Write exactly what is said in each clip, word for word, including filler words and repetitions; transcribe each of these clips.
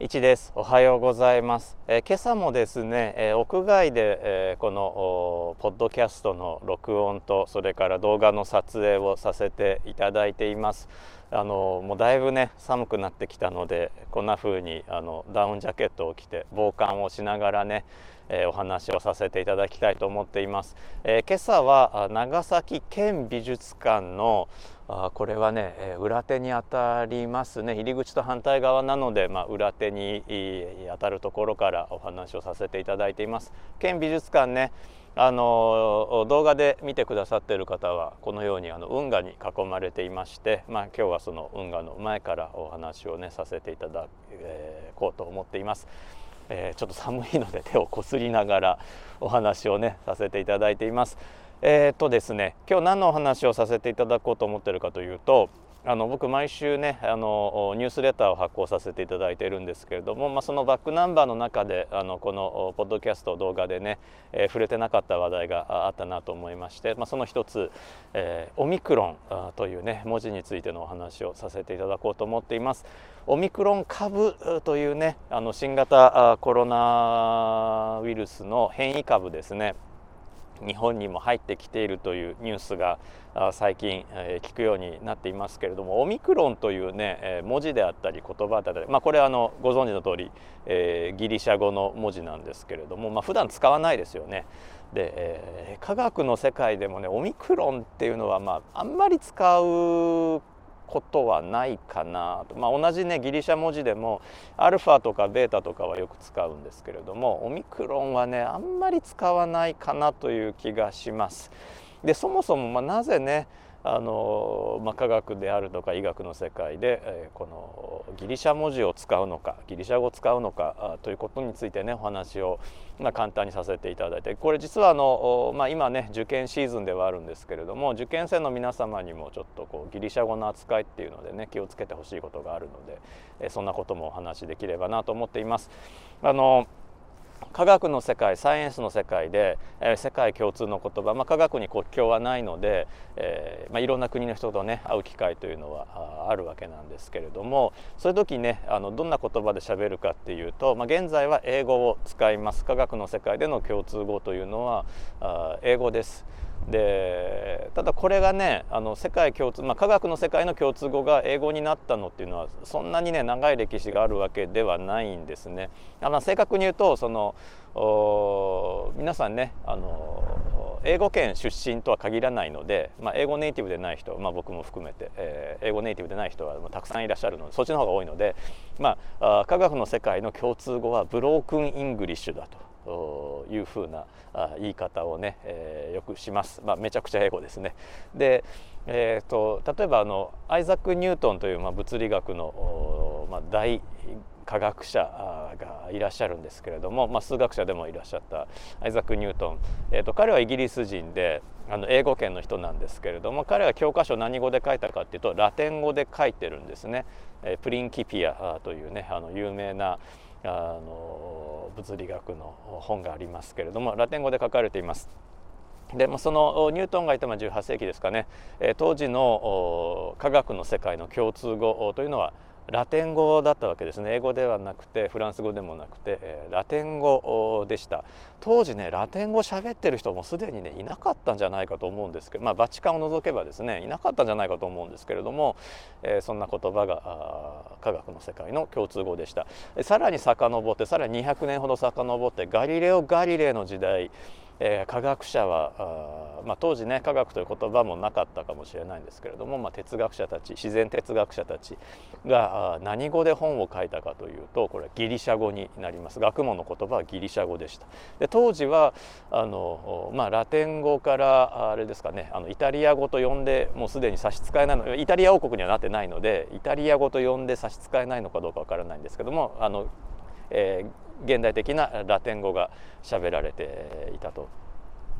一です。おはようございます。えー、今朝もですね、えー、屋外で、えー、このポッドキャストの録音とそれから動画の撮影をさせていただいています。あのもうだいぶね寒くなってきたので、こんな風にあのダウンジャケットを着て防寒をしながらね、えー、お話をさせていただきたいと思っています。えー、今朝は長崎県美術館のあこれはね、えー、裏手に当たりますね。入り口と反対側なので、まあ、裏手に当たるところからお話をさせていただいています。県美術館ね、あの動画で見てくださっている方はこのようにあの運河に囲まれていまして、まあ、今日はその運河の前からお話をねさせていただこうと思っています。えー、ちょっと寒いので手をこすりながらお話をねさせていただいています。えー、っとですね今日何のお話をさせていただこうと思っているかというと、あの僕毎週ねあのニュースレターを発行させていただいているんですけれども、まあ、そのバックナンバーの中であのこのポッドキャスト動画でね、えー、触れてなかった話題があったなと思いまして、まあ、その一つ、えー、オミクロンというね文字についてのお話をさせていただこうと思っています。オミクロン株というねあの新型コロナウイルスの変異株ですね、日本にも入ってきているというニュースが最近聞くようになっていますけれども、オミクロンというね文字であったり言葉だったり、まあ、これはあのご存知の通り、えー、ギリシャ語の文字なんですけれども、まあ、普段使わないですよね。で、えー、科学の世界でもねオミクロンっていうのは、まあ、あんまり使うことはないかなと、まあ、同じねギリシャ文字でもアルファとかベータとかはよく使うんですけれども、オミクロンはねあんまり使わないかなという気がします。でそもそもまあなぜねあの、まあ、科学であるとか医学の世界で、えー、このギリシャ文字を使うのかギリシャ語を使うのかということについてねお話を、まあ、簡単にさせていただいて、これ実はあの、まあ、今ね受験シーズンではあるんですけれども、受験生の皆様にもちょっとこうギリシャ語の扱いっていうのでね気をつけてほしいことがあるので、えー、そんなこともお話しできればなと思っています。あの科学の世界、サイエンスの世界で、えー、世界共通の言葉、まあ、科学に国境はないので、えーまあ、いろんな国の人とね会う機会というのは あ, あるわけなんですけれども、そういう時ねあのどんな言葉で喋るかっていうと、まあ、現在は英語を使います。科学の世界での共通語というのはあ英語です。でただこれがねあの世界共通、まあ、科学の世界の共通語が英語になったのっていうのはそんなにね長い歴史があるわけではないんですね。あの正確に言うとその皆さんねあの英語圏出身とは限らないので、まあ、英語ネイティブでない人、まあ、僕も含めて、えー、英語ネイティブでない人はたくさんいらっしゃるのでそっちの方が多いので、まあ、科学の世界の共通語はブロークンイングリッシュだというふうな言い方をね、えー、よくします。まあ、めちゃくちゃ英語ですね。で、えー、と例えばあのアイザック・ニュートンという、まあ、物理学の、まあ、大科学者がいらっしゃるんですけれども、まあ、数学者でもいらっしゃったアイザック・ニュートン、えー、と彼はイギリス人であの英語圏の人なんですけれども、彼は教科書何語で書いたかっていうとラテン語で書いてるんですね。えー、プリンキピアというねあの有名なあの物理学の本がありますけれども、ラテン語で書かれています。でそのニュートンがいたじゅうはっせいきですかね、当時の科学の世界の共通語というのはラテン語だったわけですね。英語ではなくてフランス語でもなくてラテン語でした。当時ねラテン語喋ってる人もすでにねいなかったんじゃないかと思うんですけど、まあバチカンを除けばですねいなかったんじゃないかと思うんですけれども、えー、そんな言葉が科学の世界の共通語でした。さらに遡ってさらににひゃくねんほど遡ってガリレオ・ガリレイの時代、えー、科学者はあ、まあ、当時ね科学という言葉もなかったかもしれないんですけれども、まあ、哲学者たち自然哲学者たちが何語で本を書いたかというと、これはギリシャ語になります。学問の言葉はギリシャ語でした。で当時はあの、まあ、ラテン語からあれですかねあのイタリア語と呼んでもうすでに差し支えないの、イタリア王国にはなってないのでイタリア語と呼んで差し支えないのかどうかわからないんですけども、あの、えー、現代的なラテン語が喋られていたと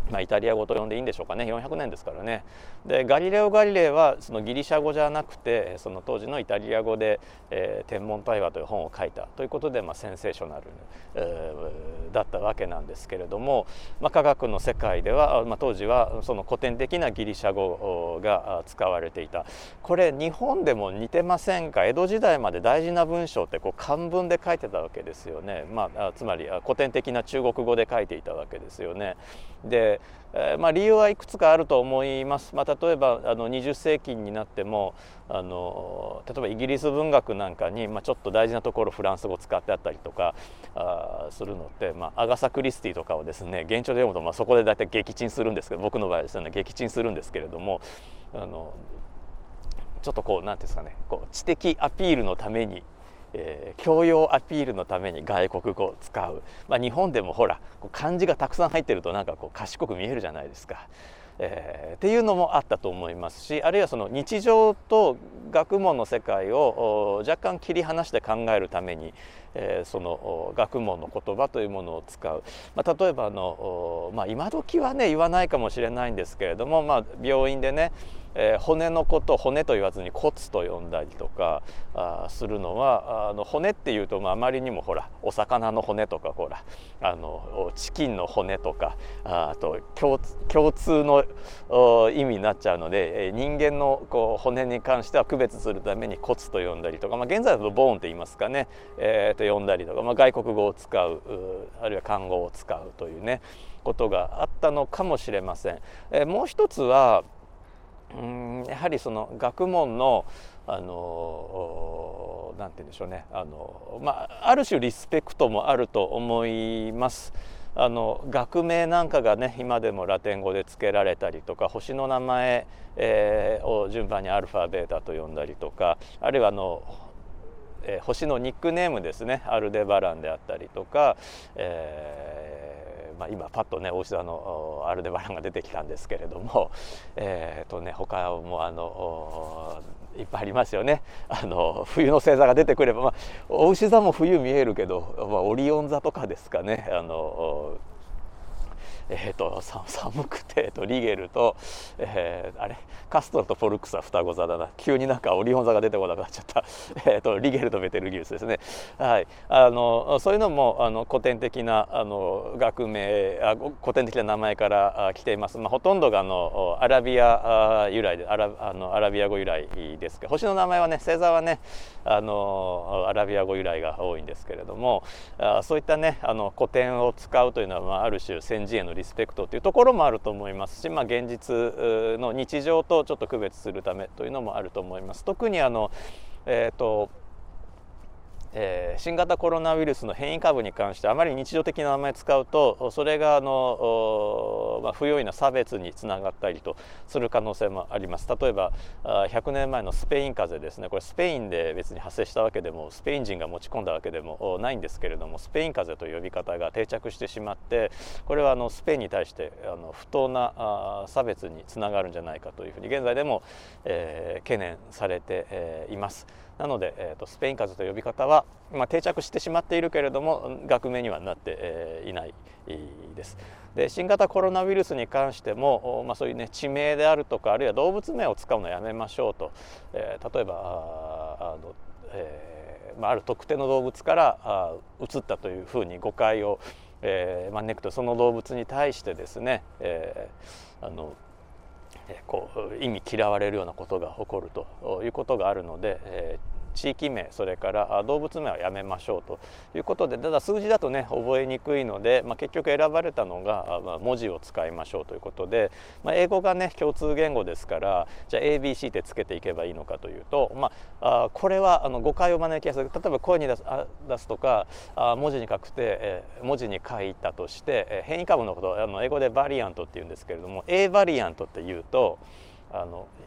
まあ、イタリア語と呼んでいいんでしょうかね。よんひゃくねんですからね。でガリレオ・ガリレイはそのギリシャ語じゃなくてその当時のイタリア語で「えー、天文対話」という本を書いたということで、まあ、センセーショナル、えー、だったわけなんですけれども、まあ、科学の世界では、まあ、当時はその古典的なギリシャ語が使われていた。これ日本でも似てませんか。江戸時代まで大事な文章ってこう漢文で書いてたわけですよね。まあ、つまり古典的な中国語で書いていたわけですよね。で、えーまあ、理由はいくつかあると思います。まあ、例えばあのにじゅっせいきになってもあの例えばイギリス文学なんかに、まあ、ちょっと大事なところフランス語を使ってあったりとかあするのって、まあ、アガサ・クリスティとかをですね現地で読むと、まあ、そこで大体撃沈するんですけど、僕の場合ですね撃沈するんですけれども、あのちょっとこう何ていうんですかね、こう知的アピールのためにえー、教養アピールのために外国語を使う、まあ、日本でもほら漢字がたくさん入ってるとなんかこう賢く見えるじゃないですか、えー、っていうのもあったと思いますし、あるいはその日常と学問の世界を若干切り離して考えるために、えー、その学問の言葉というものを使う、まあ、例えばあの、まあ、今時はね言わないかもしれないんですけれども、まあ、病院でねえー、骨のことを骨と言わずに骨と呼んだりとかあするのは、あの骨っていうと、まあ、あまりにもほらお魚の骨とかほらあのチキンの骨とか あ, あと 共, 共通の意味になっちゃうので、えー、人間のこう骨に関しては区別するために骨と呼んだりとか、まあ、現在だとボーンって言いますかね、えー、と呼んだりとか、まあ、外国語を使うあるいは漢語を使うというねことがあったのかもしれません。えー、もう一つはうんやはりその学問のあのなんて言うんでしょうね、あの、まあ、ある種リスペクトもあると思います。あの学名なんかがね今でもラテン語で付けられたりとか、星の名前、えー、を順番にアルファベータと呼んだりとか、あるいはあの、えー、星のニックネームですね、アルデバランであったりとか、えーまあ、今パッとね大志座のアルデバランが出てきたんですけれども、えーとね、他もあのいっぱいありますよね。あの冬の星座が出てくれば、まあ、大牛座も冬見えるけど、まあ、オリオン座とかですかね。あのえー、と寒くて、えー、とリゲルと、えー、あれカストロとフォルクスは双子座だな。急になんかオリオン座が出てこなくなっちゃった、えー、とリゲルとベテルギウスですね。はい、あのそういうのもあの古典的なあの学名あ古典的な名前から来ています。まあ、ほとんどがあのアラビア由来でアラあのアラビア語由来ですけど、星の名前はね星座はねあのアラビア語由来が多いんですけれども、あそういったねあの古典を使うというのは、まあ、ある種先人へのリスペクトというところもあると思いますし、まあ、現実の日常とちょっと区別するためというのもあると思います。特にあの、えーとえー、新型コロナウイルスの変異株に関してあまり日常的な名前を使うとそれがあの、まあ、不用意な差別につながったりとする可能性もあります。例えばひゃくねんまえのスペイン風邪ですね。これスペインで別に発生したわけでもスペイン人が持ち込んだわけでもないんですけれども、スペイン風邪という呼び方が定着してしまって、これはあのスペインに対してあの不当なあ差別につながるんじゃないかというふうに現在でも、えー、懸念されて、えー、います。なので、えー、とスペイン風邪という呼び方は、まあ、定着してしまっているけれども学名にはなって、えー、いないです。で新型コロナウイルスに関しても、まあ、そういうね地名であるとかあるいは動物名を使うのをやめましょうと、えー、例えばあの、えーまあ、ある特定の動物からあ移ったというふうに誤解を、えー、招くと、その動物に対してですね、えー、あのこう意味嫌われるようなことが起こるということがあるので、えー地域名それから動物名はやめましょうということで、ただ数字だとね覚えにくいので、まあ、結局選ばれたのが、まあ、文字を使いましょうということで、まあ、英語がね共通言語ですから、じゃあ エービーシー ってつけていけばいいのかというと、まあ、あこれはあの誤解を招きやすい。例えば声に出すあ出すとかあ文字に書くて、えー、文字に書いたとして、えー、変異株のことをあの英語でバリアントっていうんですけれども、 A バリアントっていうとあの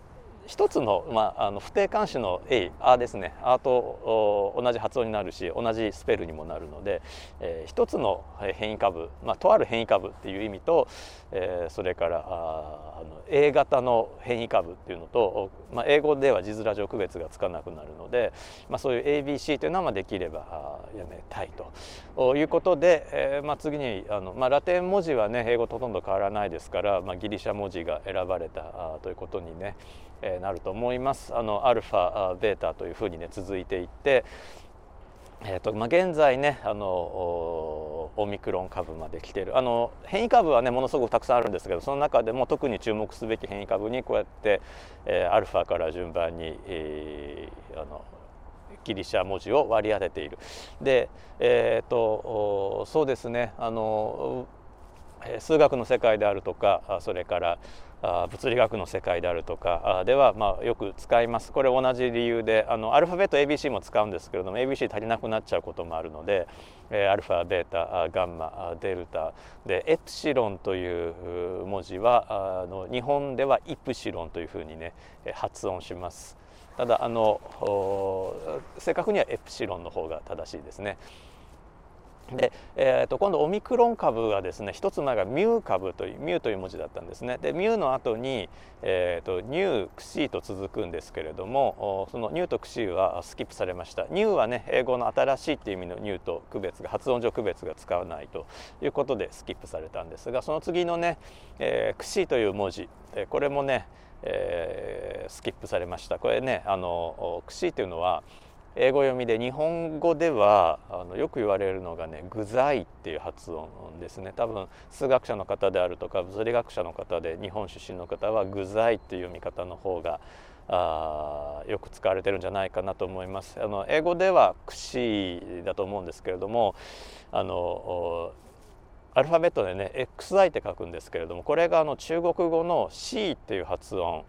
一つの、まあ、あの不定冠詞の A、あですね、あと同じ発音になるし同じスペルにもなるので、えー、一つの変異株、まあ、とある変異株っていう意味と、えー、それからああの A 型の変異株っていうのと、まあ、英語では字面上区別がつかなくなるので、まあ、そういう エービーシー というのはまあできればやめたいということで、えーまあ、次にあの、まあ、ラテン文字はね英語とほとんど変わらないですから、まあ、ギリシャ文字が選ばれたということにねえー、なると思います。あのアルファベータというふうにね続いていって、えーとまあ、現在ねあのオミクロン株まで来ている。あの変異株はねものすごくたくさんあるんですけど、その中でも特に注目すべき変異株にこうやって、えー、アルファから順番に、えー、あのギリシャ文字を割り当てている。で、えーとそうですねあの数学の世界であるとか、それから物理学の世界であるとかではまあよく使います。これ同じ理由であのアルファベット エービーシー も使うんですけれども エービーシー 足りなくなっちゃうこともあるので、アルファベータガンマデルタでエプシロンという文字はあの日本ではイプシロンというふうにね発音します。ただあの正確にはエプシロンの方が正しいですね。で、えー、と今度オミクロン株がですね一つ前がミュー株というミューという文字だったんですね。でミューの後に、えー、とニュークシーと続くんですけれども、そのニューとクシーはスキップされました。ニューはね英語の新しいっていう意味のニューと区別が発音上区別が使わないということでスキップされたんですが、その次のね、えー、クシーという文字、これもね、えー、スキップされました。これねあのクシーというのは英語読みで日本語ではあのよく言われるのがね具材っていう発音ですね。多分数学者の方であるとか物理学者の方で日本出身の方は具材っていう読み方の方があよく使われてるんじゃないかなと思います。あの英語ではクシだと思うんですけれども、あのアルファベットでね エックスアイ って書くんですけれども、これがあの中国語の シー っていう発音、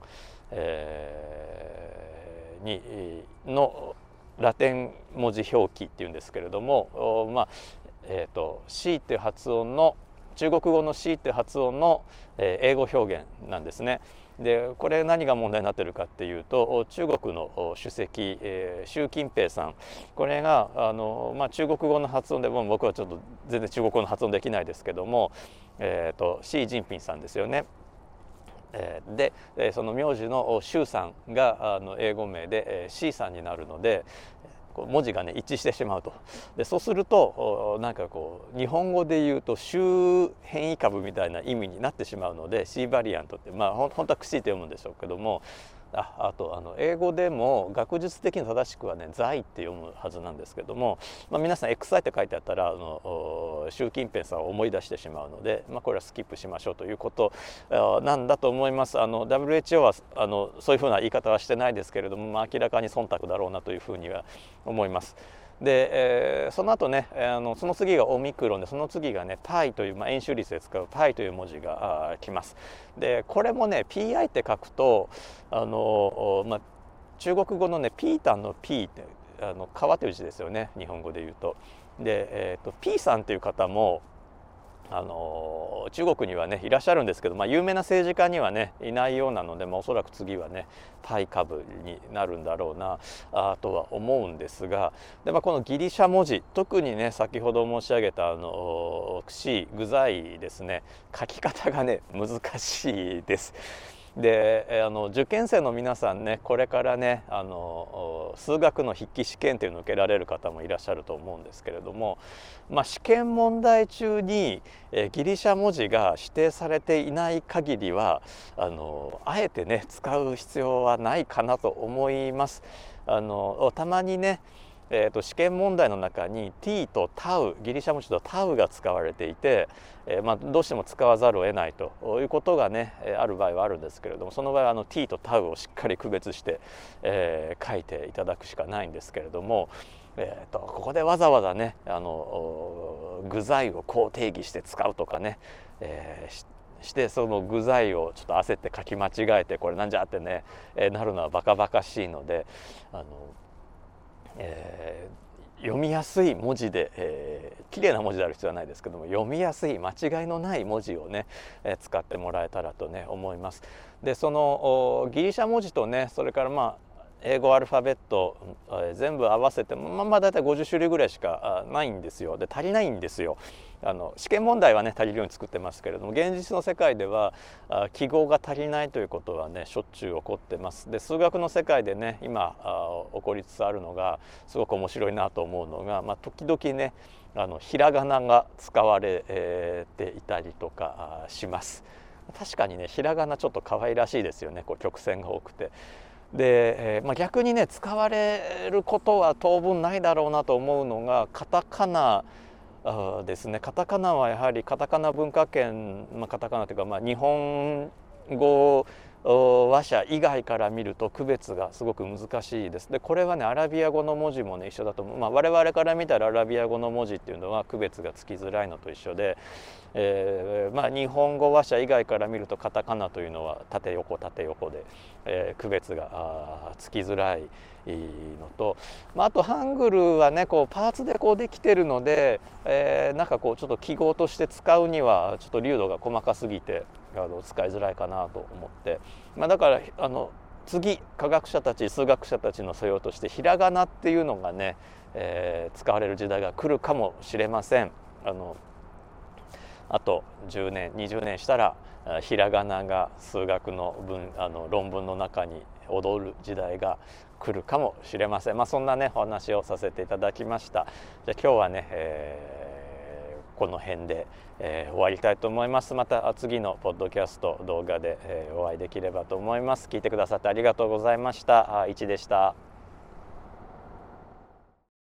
えー、にのラテン文字表記っていうんですけれども、まあえーと、C っていう発音の中国語の C っていう発音の、えー、英語表現なんですね。でこれ何が問題になっているかっていうと、中国の主席、えー、習近平さん、これがあの、まあ、中国語の発音でも僕はちょっと全然中国語の発音できないですけども、えーと、シー・ジンピンさんですよね。でその名字の習さんがあの英語名で C さんになるので文字がね一致してしまうと。でそうするとなんかこう日本語で言うと習変異株みたいな意味になってしまうので C バリアントってまあ本当はクシーって読むんでしょうけども、ああとあの英語でも学術的に正しくはね財って読むはずなんですけども、まあ、皆さん エックスアイ って書いてあったらあの習近平さんを思い出してしまうので、まあ、これはスキップしましょうということなんだと思います。あの ダブリューエイチオー はあのそういうふうな言い方はしてないですけれども、まあ、明らかに忖度だろうなというふうには思います。で、えー、その後ねあのその次がオミクロンで、その次がねパイという、まあ、円周率で使うパイという文字が来ます。でこれもね ピーアイ って書くとあの、まあ、中国語のねピータンの P ってあの川という字ですよね、日本語で言うと。で、えーと、P さんっていう方もあの中国にはねいらっしゃるんですけど、まあ、有名な政治家にはねいないようなので、まあ、おそらく次はねパイ株になるんだろうなあとは思うんですが、で、まあ、このギリシャ文字、特にね先ほど申し上げたあのクシ具材ですね、書き方がね難しいです。であの受験生の皆さんねこれからねあの数学の筆記試験というのを受けられる方もいらっしゃると思うんですけれども、まあ、試験問題中にえギリシャ文字が指定されていない限りはあのあえてね使う必要はないかなと思います。あのたまにねえー、と試験問題の中に t とタウ、ギリシャ文字とタウが使われていて、えーまあ、どうしても使わざるを得ないということがねある場合はあるんですけれども、その場合はあの t とタウをしっかり区別して、えー、書いていただくしかないんですけれども、えー、とここでわざわざねあの具材をこう定義して使うとかね、えーしてその具材をちょっと焦って書き間違えてこれなんじゃってね、えー、なるのはバカバカしいので、あのえー、読みやすい文字で、えー、 綺麗な文字である必要はないですけども、読みやすい間違いのない文字をね、えー、使ってもらえたらとね思います。でそのギリシャ文字とね、それからまあ英語アルファベット、えー、全部合わせてもまあまあ大体ごじゅっ種類ぐらいしかないんですよ。で足りないんですよ。あの試験問題はね足りるように作ってますけれども、現実の世界ではあ記号が足りないということはねしょっちゅう起こってます。で数学の世界でね今あ起こりつつあるのがすごく面白いなと思うのが、まあ、時々ねあのひらがなが使われていたりとかします。確かにねひらがなちょっと可愛らしいですよね、こう曲線が多くて。で、えーまあ、逆にね使われることは当分ないだろうなと思うのがカタカナですね。カタカナはやはりカタカナ文化圏、まあ、カタカナというか、まあ、日本語話者以外から見ると区別がすごく難しいです。でこれはねアラビア語の文字もね一緒だと思う、まあ、我々から見たらアラビア語の文字っていうのは区別がつきづらいのと一緒で、えーまあ、日本語話者以外から見るとカタカナというのは縦横縦横で、えー、区別がつきづらいのと、まあ、あとハングルはねこうパーツでこうできてるので、えー、なんかこうちょっと記号として使うにはちょっと流度が細かすぎてあの使いづらいかなと思って、まあ、だからあの次科学者たち数学者たちの素養としてひらがなっていうのがね、えー、使われる時代が来るかもしれません。あのあとじゅうねんにじゅうねんしたらひらがなが数学の文あの論文の中に踊る時代が来るかもしれません。まあ、そんなねお話をさせていただきました。じゃあ今日はね、えー、この辺で、えー、終わりたいと思います。また次のポッドキャスト動画で、えー、お会いできればと思います。聞いてくださってありがとうございました。いちでした。